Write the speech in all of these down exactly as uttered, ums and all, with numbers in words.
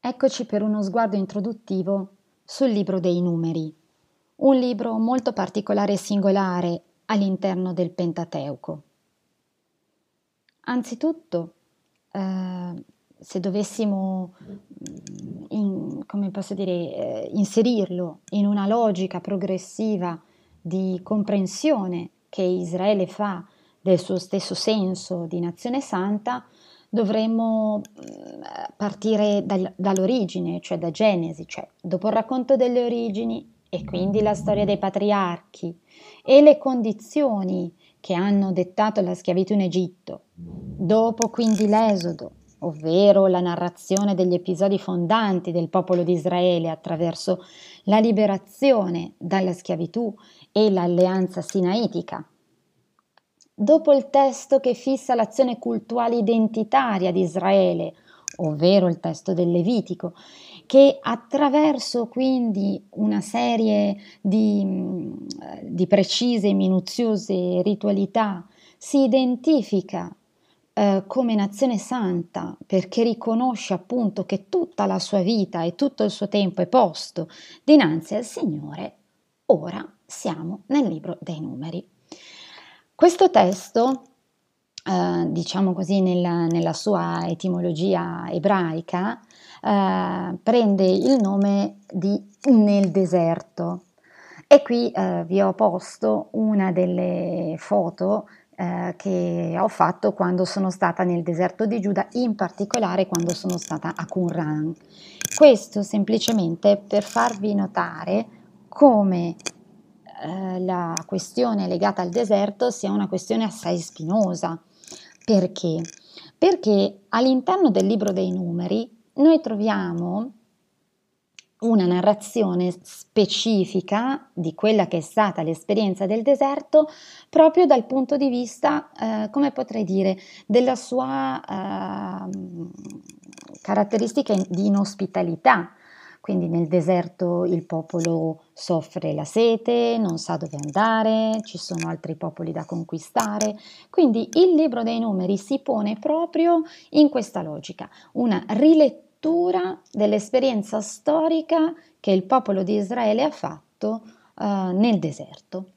Eccoci per uno sguardo introduttivo sul libro dei numeri, un libro molto particolare e singolare all'interno del Pentateuco. Anzitutto, eh, se dovessimo, in, come posso dire, eh, inserirlo in una logica progressiva di comprensione che Israele fa del suo stesso senso di nazione santa, dovremmo partire dal, dall'origine, cioè da Genesi, cioè dopo il racconto delle origini e quindi la storia dei patriarchi e le condizioni che hanno dettato la schiavitù in Egitto, dopo quindi l'Esodo, ovvero la narrazione degli episodi fondanti del popolo di Israele attraverso la liberazione dalla schiavitù e l'alleanza sinaitica. Dopo il testo che fissa l'azione cultuale identitaria di Israele, ovvero il testo del Levitico, che attraverso quindi una serie di, di precise e minuziose ritualità si identifica eh, come nazione santa perché riconosce appunto che tutta la sua vita e tutto il suo tempo è posto dinanzi al Signore, ora siamo nel libro dei numeri. Questo testo, eh, diciamo così, nella, nella sua etimologia ebraica, eh, prende il nome di nel deserto. E qui eh, vi ho posto una delle foto eh, che ho fatto quando sono stata nel deserto di Giuda, in particolare quando sono stata a Qumran. Questo semplicemente per farvi notare come la questione legata al deserto sia una questione assai spinosa. Perché? Perché all'interno del libro dei numeri noi troviamo una narrazione specifica di quella che è stata l'esperienza del deserto proprio dal punto di vista, eh, come potrei dire, della sua eh, caratteristica di inospitalità. Quindi nel deserto il popolo soffre la sete, non sa dove andare, ci sono altri popoli da conquistare. Quindi il libro dei numeri si pone proprio in questa logica, una rilettura dell'esperienza storica che il popolo di Israele ha fatto eh, nel deserto.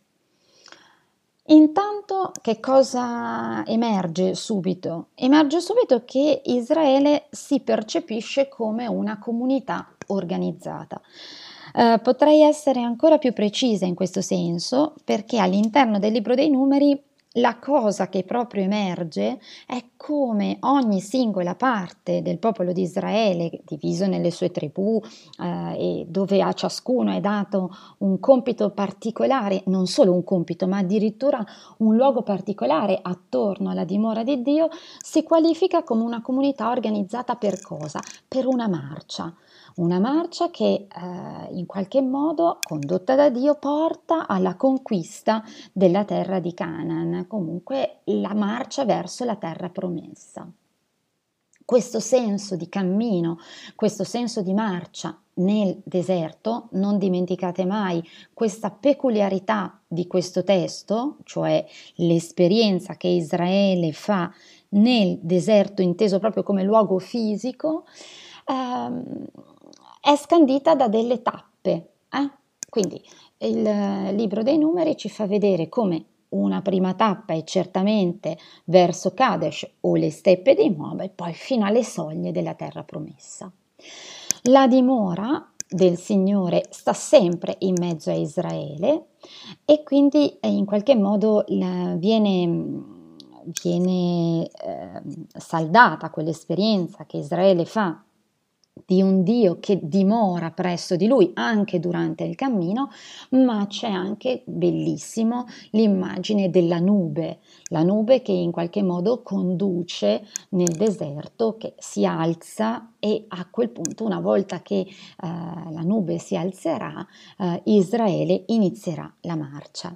Intanto che cosa emerge subito? Emerge subito che Israele si percepisce come una comunità organizzata. Eh, potrei essere ancora più precisa in questo senso perché all'interno del libro dei numeri la cosa che proprio emerge è come ogni singola parte del popolo di Israele, diviso nelle sue tribù, eh, e dove a ciascuno è dato un compito particolare, non solo un compito, ma addirittura un luogo particolare attorno alla dimora di Dio, si qualifica come una comunità organizzata per cosa? Per una marcia. Una marcia che eh, in qualche modo, condotta da Dio, porta alla conquista della terra di Canaan, comunque la marcia verso la terra promessa. Questo senso di cammino, questo senso di marcia nel deserto, non dimenticate mai questa peculiarità di questo testo, cioè l'esperienza che Israele fa nel deserto inteso proprio come luogo fisico, ehm, è scandita da delle tappe. Eh? Quindi il libro dei numeri ci fa vedere come una prima tappa è certamente verso Kadesh o le steppe di Moab e poi fino alle soglie della terra promessa. La dimora del Signore sta sempre in mezzo a Israele e quindi in qualche modo viene, viene eh, saldata quell'esperienza che Israele fa di un Dio che dimora presso di lui anche durante il cammino, ma c'è anche bellissimo l'immagine della nube, la nube che in qualche modo conduce nel deserto, che si alza e a quel punto, una volta che eh, la nube si alzerà, eh, Israele inizierà la marcia.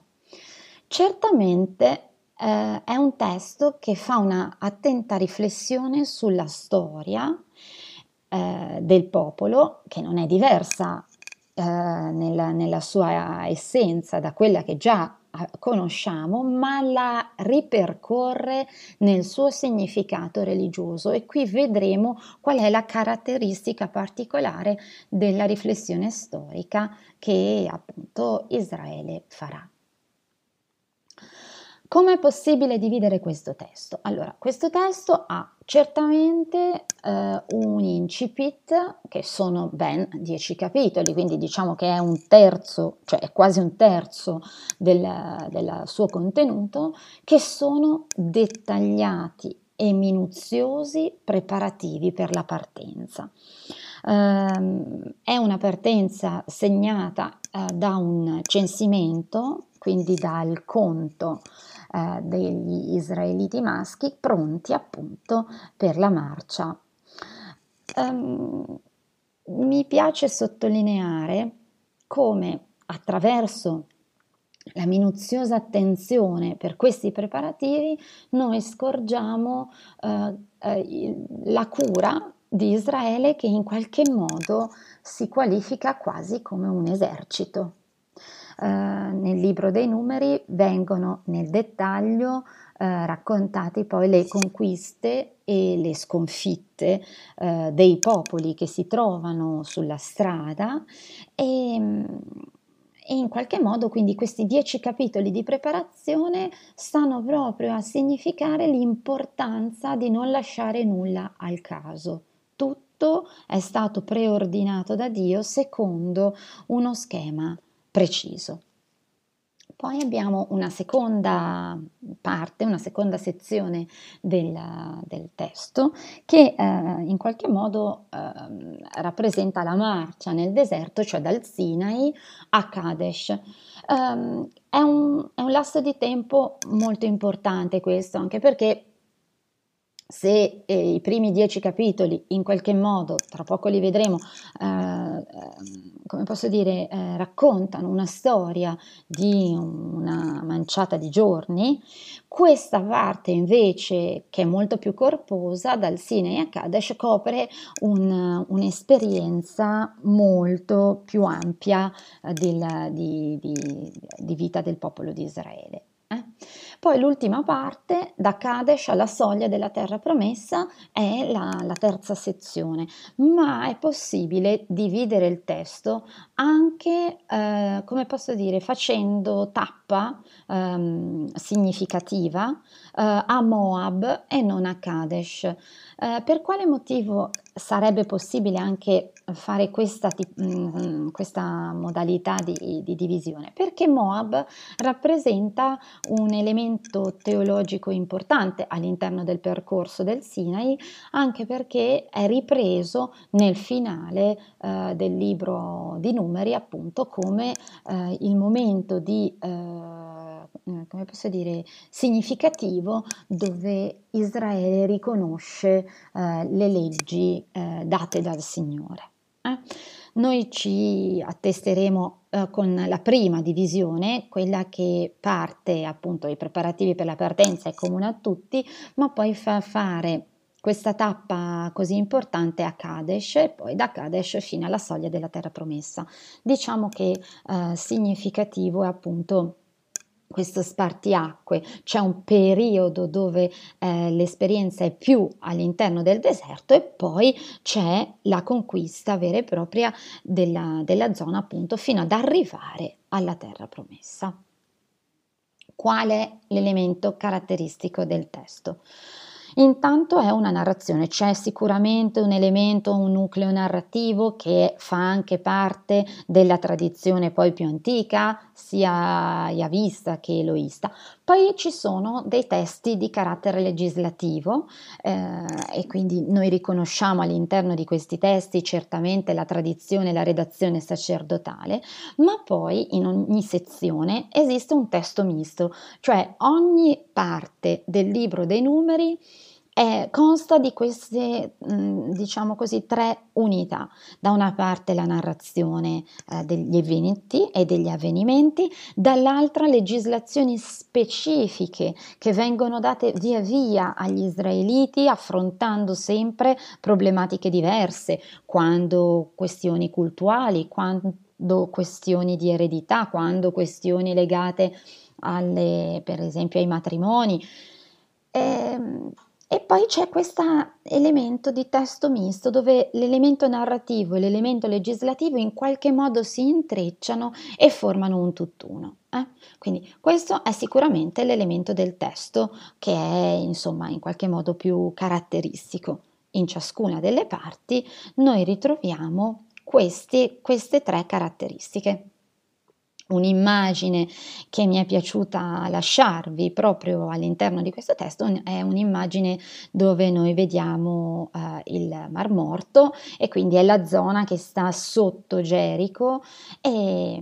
Certamente eh, è un testo che fa una attenta riflessione sulla storia Eh, del popolo, che non è diversa eh, nella, nella sua essenza da quella che già conosciamo, ma la ripercorre nel suo significato religioso, e qui vedremo qual è la caratteristica particolare della riflessione storica che appunto Israele farà. Come è possibile dividere questo testo? Allora, questo testo ha certamente eh, un incipit, che sono ben dieci capitoli, quindi diciamo che è un terzo, cioè è quasi un terzo del, del suo contenuto, che sono dettagliati e minuziosi preparativi per la partenza. Um, è una partenza segnata uh, da un censimento, quindi dal conto uh, degli israeliti maschi pronti appunto per la marcia. Um, mi piace sottolineare come attraverso la minuziosa attenzione per questi preparativi noi scorgiamo uh, uh, la cura di Israele, che in qualche modo si qualifica quasi come un esercito. Uh, nel libro dei Numeri vengono nel dettaglio uh, raccontati poi le conquiste e le sconfitte uh, dei popoli che si trovano sulla strada, e, e in qualche modo quindi questi dieci capitoli di preparazione stanno proprio a significare l'importanza di non lasciare nulla al caso. Tutto è stato preordinato da Dio secondo uno schema preciso. Poi abbiamo una seconda parte, una seconda sezione del, del testo che eh, in qualche modo eh, rappresenta la marcia nel deserto, cioè dal Sinai a Kadesh. Um, è, un, è un lasso di tempo molto importante questo, anche perché se eh, i primi dieci capitoli in qualche modo, tra poco li vedremo, eh, come posso dire, eh, raccontano una storia di una manciata di giorni, questa parte invece, che è molto più corposa, dal Sinai a Kadesh, copre un, un'esperienza molto più ampia eh, del, di, di, di vita del popolo di Israele. Eh? Poi l'ultima parte, da Kadesh alla soglia della terra promessa, è la, la terza sezione, ma è possibile dividere il testo anche, eh, come posso dire, facendo tappa ehm, significativa eh, a Moab e non a Kadesh. Eh, per quale motivo sarebbe possibile anche fare questa, mh, questa modalità di, di divisione? Perché Moab rappresenta un elemento teologico importante all'interno del percorso del Sinai, anche perché è ripreso nel finale eh, del libro di Numeri, appunto, come eh, il momento di, eh, come posso dire, significativo, dove Israele riconosce eh, le leggi eh, date dal Signore. Eh? Noi ci attesteremo eh, con la prima divisione, quella che parte appunto i preparativi per la partenza, è comune a tutti, ma poi fa fare questa tappa così importante a Kadesh, e poi da Kadesh fino alla soglia della terra promessa. Diciamo che eh, significativo è appunto questo spartiacque, c'è un periodo dove eh, l'esperienza è più all'interno del deserto, e poi c'è la conquista vera e propria della, della zona, appunto, fino ad arrivare alla terra promessa. Qual è l'elemento caratteristico del testo? Intanto è una narrazione, c'è sicuramente un elemento, un nucleo narrativo che fa anche parte della tradizione poi più antica, sia yavista che eloista. Poi ci sono dei testi di carattere legislativo eh, e quindi noi riconosciamo all'interno di questi testi certamente la tradizione e la redazione sacerdotale, ma poi in ogni sezione esiste un testo misto, cioè ogni parte del libro dei Numeri Eh, consta di queste, mh, diciamo così, tre unità. Da una parte la narrazione eh, degli eventi e degli avvenimenti, dall'altra legislazioni specifiche che vengono date via via agli israeliti, affrontando sempre problematiche diverse, quando questioni cultuali, quando quando questioni di eredità, quando questioni legate alle, per esempio ai matrimoni. E, e poi c'è questo elemento di testo misto dove l'elemento narrativo e l'elemento legislativo in qualche modo si intrecciano e formano un tutt'uno. Eh? Quindi questo è sicuramente l'elemento del testo che è insomma in qualche modo più caratteristico. In ciascuna delle parti noi ritroviamo questi, queste tre caratteristiche. Un'immagine che mi è piaciuta lasciarvi proprio all'interno di questo testo è un'immagine dove noi vediamo eh, il Mar Morto e quindi è la zona che sta sotto Gerico e,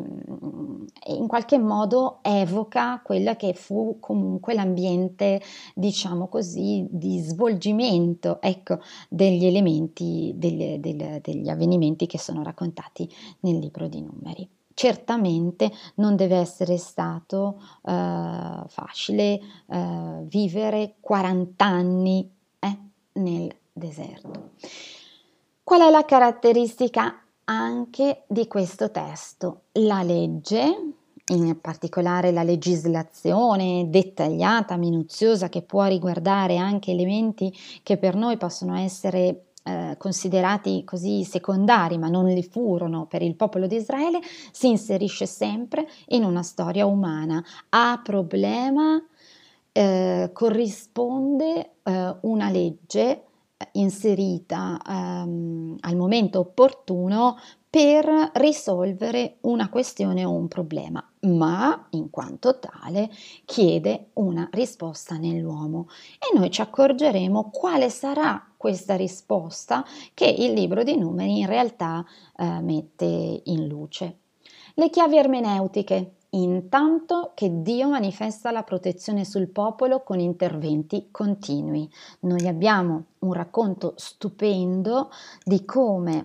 e in qualche modo evoca quella che fu comunque l'ambiente, diciamo così, di svolgimento, ecco, degli elementi, degli, degli, degli avvenimenti che sono raccontati nel libro di Numeri. Certamente non deve essere stato eh, facile eh, vivere quaranta anni eh, nel deserto. Qual è la caratteristica anche di questo testo? La legge, in particolare la legislazione dettagliata, minuziosa, che può riguardare anche elementi che per noi possono essere Eh, considerati così secondari, ma non li furono per il popolo di Israele, si inserisce sempre in una storia umana. A problema eh, corrisponde eh, una legge inserita ehm, al momento opportuno per risolvere una questione o un problema, ma in quanto tale chiede una risposta nell'uomo e noi ci accorgeremo quale sarà questa risposta che il libro di Numeri in realtà eh, mette in luce. Le chiavi ermeneutiche. Intanto che Dio manifesta la protezione sul popolo con interventi continui. Noi abbiamo un racconto stupendo di come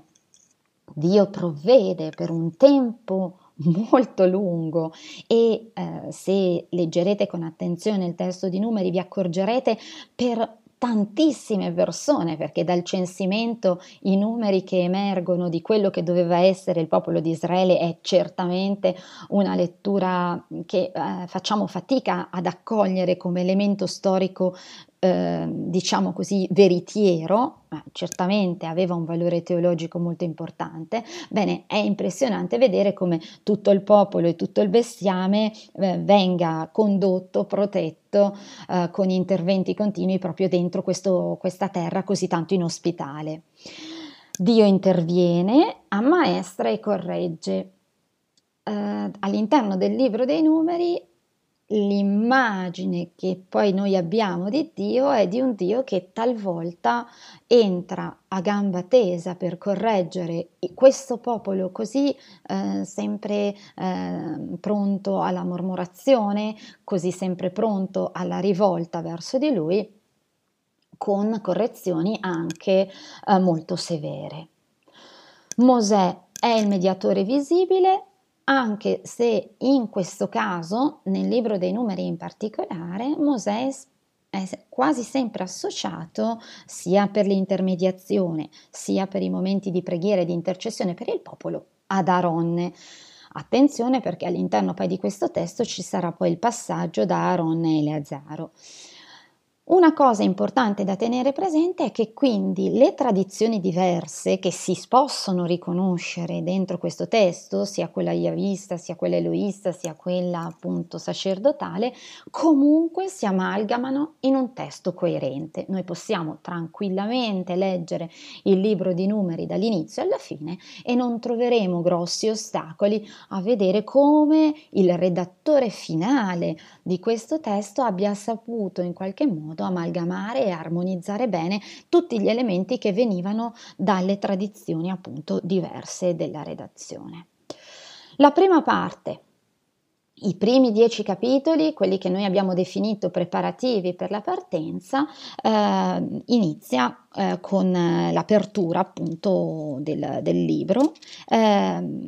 Dio provvede per un tempo molto lungo e eh, se leggerete con attenzione il testo di Numeri vi accorgerete per tantissime persone, perché dal censimento i numeri che emergono di quello che doveva essere il popolo di Israele è certamente una lettura che eh, facciamo fatica ad accogliere come elemento storico eh, diciamo così veritiero, ma certamente aveva un valore teologico molto importante. Bene, è impressionante vedere come tutto il popolo e tutto il bestiame eh, venga condotto, protetto eh, con interventi continui proprio dentro questo, questa terra così tanto inospitale. Dio interviene, ammaestra e corregge. Eh, all'interno del libro dei Numeri l'immagine che poi noi abbiamo di Dio è di un Dio che talvolta entra a gamba tesa per correggere questo popolo così eh, sempre eh, pronto alla mormorazione, così sempre pronto alla rivolta verso di lui, con correzioni anche eh, molto severe. Mosè è il mediatore visibile, anche se in questo caso, nel libro dei Numeri in particolare, Mosè è quasi sempre associato sia per l'intermediazione, sia per i momenti di preghiera e di intercessione per il popolo, ad Aronne. Attenzione perché all'interno poi di questo testo ci sarà poi il passaggio da Aronne a Eleazaro. Una cosa importante da tenere presente è che quindi le tradizioni diverse che si possono riconoscere dentro questo testo, sia quella yavista, sia quella eloista, sia quella appunto sacerdotale, comunque si amalgamano in un testo coerente. Noi possiamo tranquillamente leggere il libro di Numeri dall'inizio alla fine e non troveremo grossi ostacoli a vedere come il redattore finale di questo testo abbia saputo in qualche modo amalgamare e armonizzare bene tutti gli elementi che venivano dalle tradizioni appunto diverse della redazione. La prima parte, i primi dieci capitoli, quelli che noi abbiamo definito preparativi per la partenza, eh, inizia eh, con l'apertura appunto del, del libro. Eh,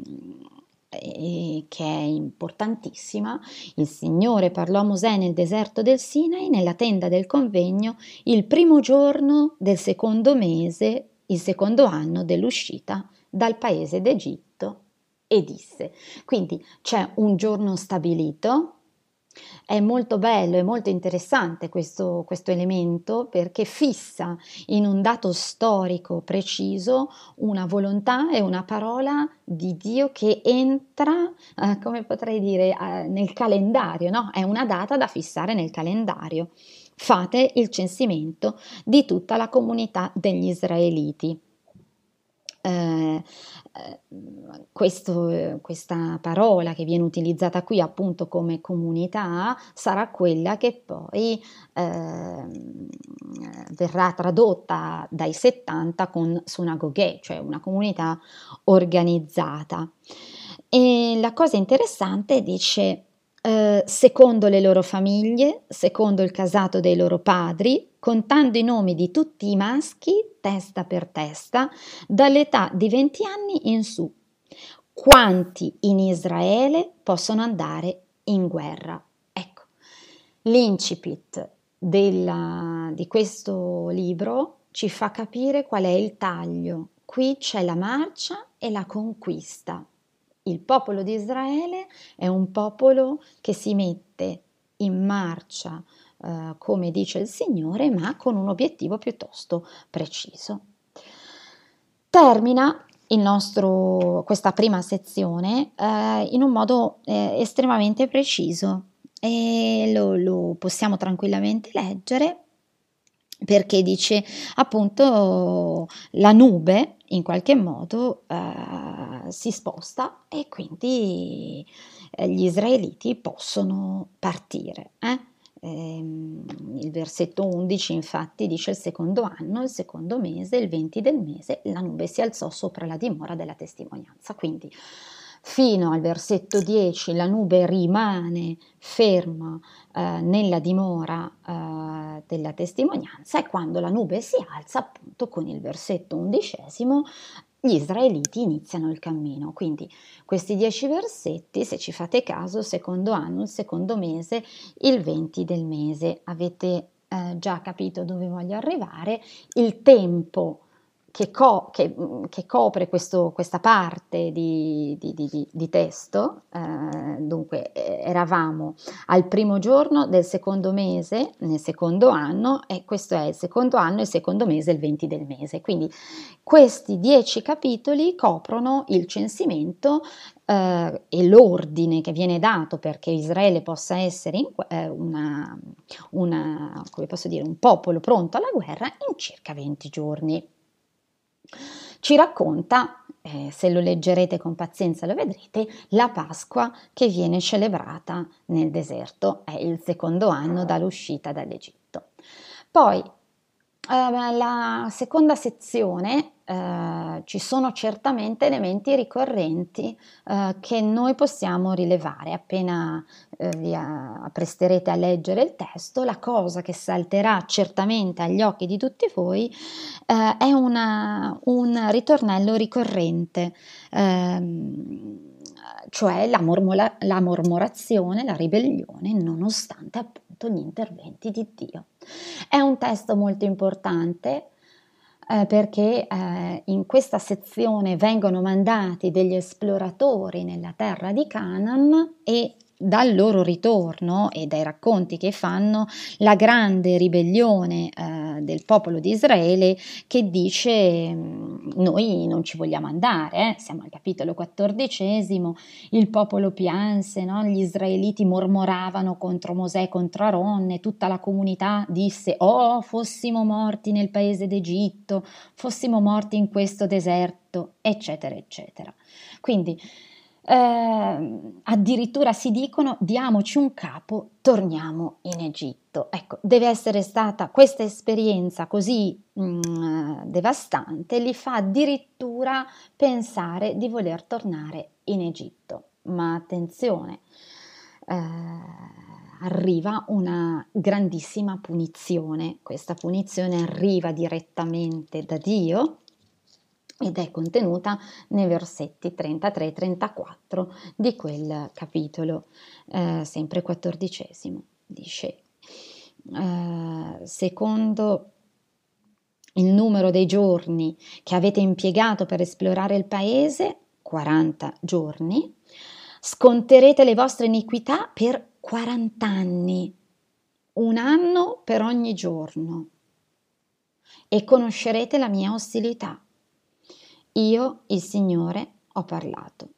che è importantissima. Il Signore parlò a Mosè nel deserto del Sinai, nella tenda del convegno, il primo giorno del secondo mese, il secondo anno dell'uscita dal paese d'Egitto e disse. Quindi c'è un giorno stabilito. È molto bello, è molto interessante questo, questo elemento perché fissa in un dato storico preciso una volontà e una parola di Dio che entra, eh, come potrei dire, eh, nel calendario, no? È una data da fissare nel calendario. Fate il censimento di tutta la comunità degli israeliti. Eh, eh, questo, eh, questa parola che viene utilizzata qui appunto come comunità sarà quella che poi eh, verrà tradotta dai settanta con sunagoghe, cioè una comunità organizzata. E la cosa interessante dice eh, secondo le loro famiglie, secondo il casato dei loro padri, contando i nomi di tutti i maschi, testa per testa, dall'età di venti anni in su. Quanti in Israele possono andare in guerra? Ecco, l'incipit della, di questo libro ci fa capire qual è il taglio. Qui c'è la marcia e la conquista. Il popolo di Israele è un popolo che si mette in marcia, eh, come dice il Signore, ma con un obiettivo piuttosto preciso. Termina il nostro, questa prima sezione eh, in un modo eh, estremamente preciso e lo, lo possiamo tranquillamente leggere perché dice appunto la nube in qualche modo eh, si sposta e quindi eh, gli israeliti possono partire. Eh? Ehm, il versetto undici infatti dice il secondo anno, il secondo mese, il venti del mese, la nube si alzò sopra la dimora della testimonianza. Quindi fino al versetto dieci la nube rimane ferma eh, nella dimora eh, della testimonianza e quando la nube si alza appunto con il versetto undicesimo gli israeliti iniziano il cammino. Quindi questi dieci versetti, se ci fate caso, secondo anno, il secondo mese, il venti del mese. Avete eh, già capito dove voglio arrivare, il tempo che, co- che, che copre questo, questa parte di, di, di, di testo, eh, dunque eh, eravamo al primo giorno del secondo mese, nel secondo anno, e questo è il secondo anno, il secondo mese, il venti del mese. Quindi questi dieci capitoli coprono il censimento eh, e l'ordine che viene dato perché Israele possa essere in, eh, una, una, come posso dire, un popolo pronto alla guerra in circa venti giorni. Ci racconta, eh, se lo leggerete con pazienza lo vedrete, la Pasqua che viene celebrata nel deserto, è il secondo anno dall'uscita dall'Egitto. Poi eh, la seconda sezione eh, ci sono certamente elementi ricorrenti eh, che noi possiamo rilevare. Appena eh, vi appresterete a leggere il testo, la cosa che salterà certamente agli occhi di tutti voi eh, è una, un ritornello ricorrente. Ehm, cioè la, mormola, la mormorazione, la ribellione, nonostante appunto gli interventi di Dio. È un testo molto importante eh, perché eh, in questa sezione vengono mandati degli esploratori nella terra di Canaan e dal loro ritorno e dai racconti che fanno la grande ribellione eh, del popolo di Israele che dice noi non ci vogliamo andare, eh? Siamo al capitolo quattordicesimo, il popolo pianse, no? Gli israeliti mormoravano contro Mosè e contro Aronne, tutta la comunità disse oh fossimo morti nel paese d'Egitto, fossimo morti in questo deserto, eccetera eccetera. Quindi eh, addirittura si dicono diamoci un capo, torniamo in Egitto. Ecco, deve essere stata questa esperienza così mh, devastante, li fa addirittura pensare di voler tornare in Egitto. Ma attenzione, eh, arriva una grandissima punizione. Questa punizione arriva direttamente da Dio ed è contenuta nei versetti trentatré trentaquattro di quel capitolo, eh, sempre quattordicesimo. Dice, eh, secondo il numero dei giorni che avete impiegato per esplorare il paese, quaranta giorni, sconterete le vostre iniquità per quaranta anni, un anno per ogni giorno, e conoscerete la mia ostilità. Io, il Signore, ho parlato.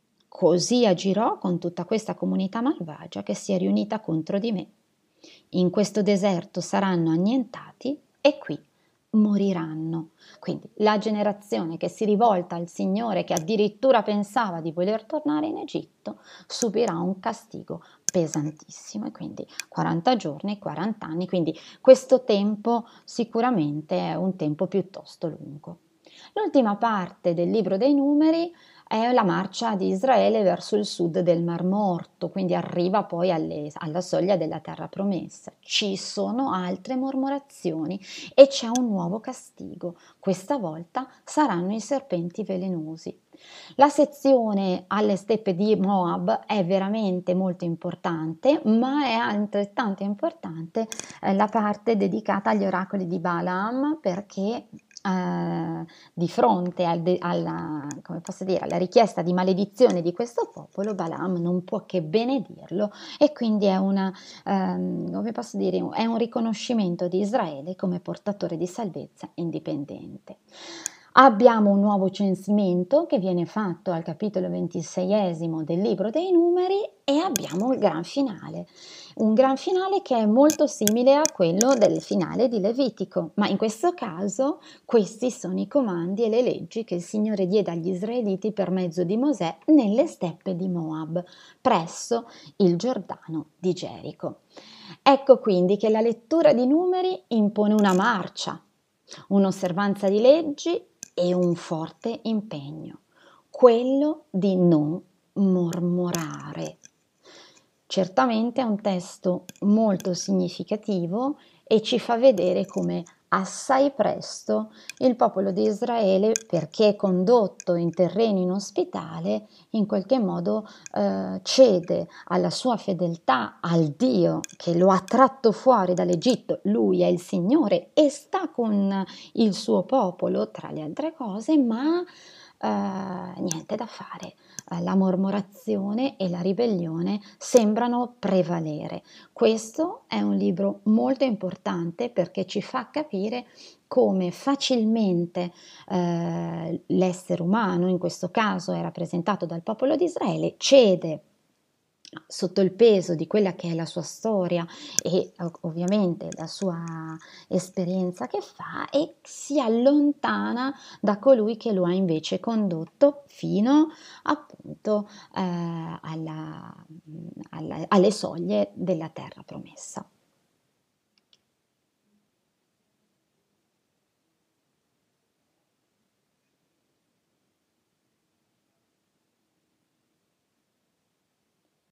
Così agirò con tutta questa comunità malvagia che si è riunita contro di me. In questo deserto saranno annientati e qui moriranno. Quindi la generazione che si rivolta al Signore, che addirittura pensava di voler tornare in Egitto, subirà un castigo pesantissimo, e quindi quaranta giorni, quaranta anni, quindi questo tempo sicuramente è un tempo piuttosto lungo. L'ultima parte del libro dei Numeri è la marcia di Israele verso il sud del Mar Morto, quindi arriva poi alle, alla soglia della terra promessa. Ci sono altre mormorazioni e c'è un nuovo castigo. Questa volta saranno i serpenti velenosi. La sezione alle steppe di Moab è veramente molto importante, ma è altrettanto importante eh, la parte dedicata agli oracoli di Balaam, perché Uh, di fronte al de- alla, come posso dire, alla richiesta di maledizione di questo popolo, Balaam non può che benedirlo, e quindi è, una, um, come posso dire, è un riconoscimento di Israele come portatore di salvezza indipendente. Abbiamo un nuovo censimento che viene fatto al capitolo ventiseiesimo del libro dei Numeri, e abbiamo il gran finale. Un gran finale che è molto simile a quello del finale di Levitico, ma in questo caso questi sono i comandi e le leggi che il Signore diede agli israeliti per mezzo di Mosè nelle steppe di Moab, presso il Giordano di Gerico. Ecco quindi che la lettura di Numeri impone una marcia, un'osservanza di leggi e un forte impegno, quello di non mormorare. Certamente è un testo molto significativo e ci fa vedere come assai presto il popolo di Israele, perché condotto in terreno inospitale, in qualche modo eh, cede alla sua fedeltà al Dio che lo ha tratto fuori dall'Egitto. Lui è il Signore e sta con il suo popolo, tra le altre cose, ma eh, niente da fare. La mormorazione e la ribellione sembrano prevalere. Questo è un libro molto importante perché ci fa capire come facilmente eh, l'essere umano, in questo caso è rappresentato dal popolo di Israele, cede sotto il peso di quella che è la sua storia e ovviamente la sua esperienza che fa, e si allontana da colui che lo ha invece condotto fino appunto eh, alla, alla, alle soglie della terra promessa.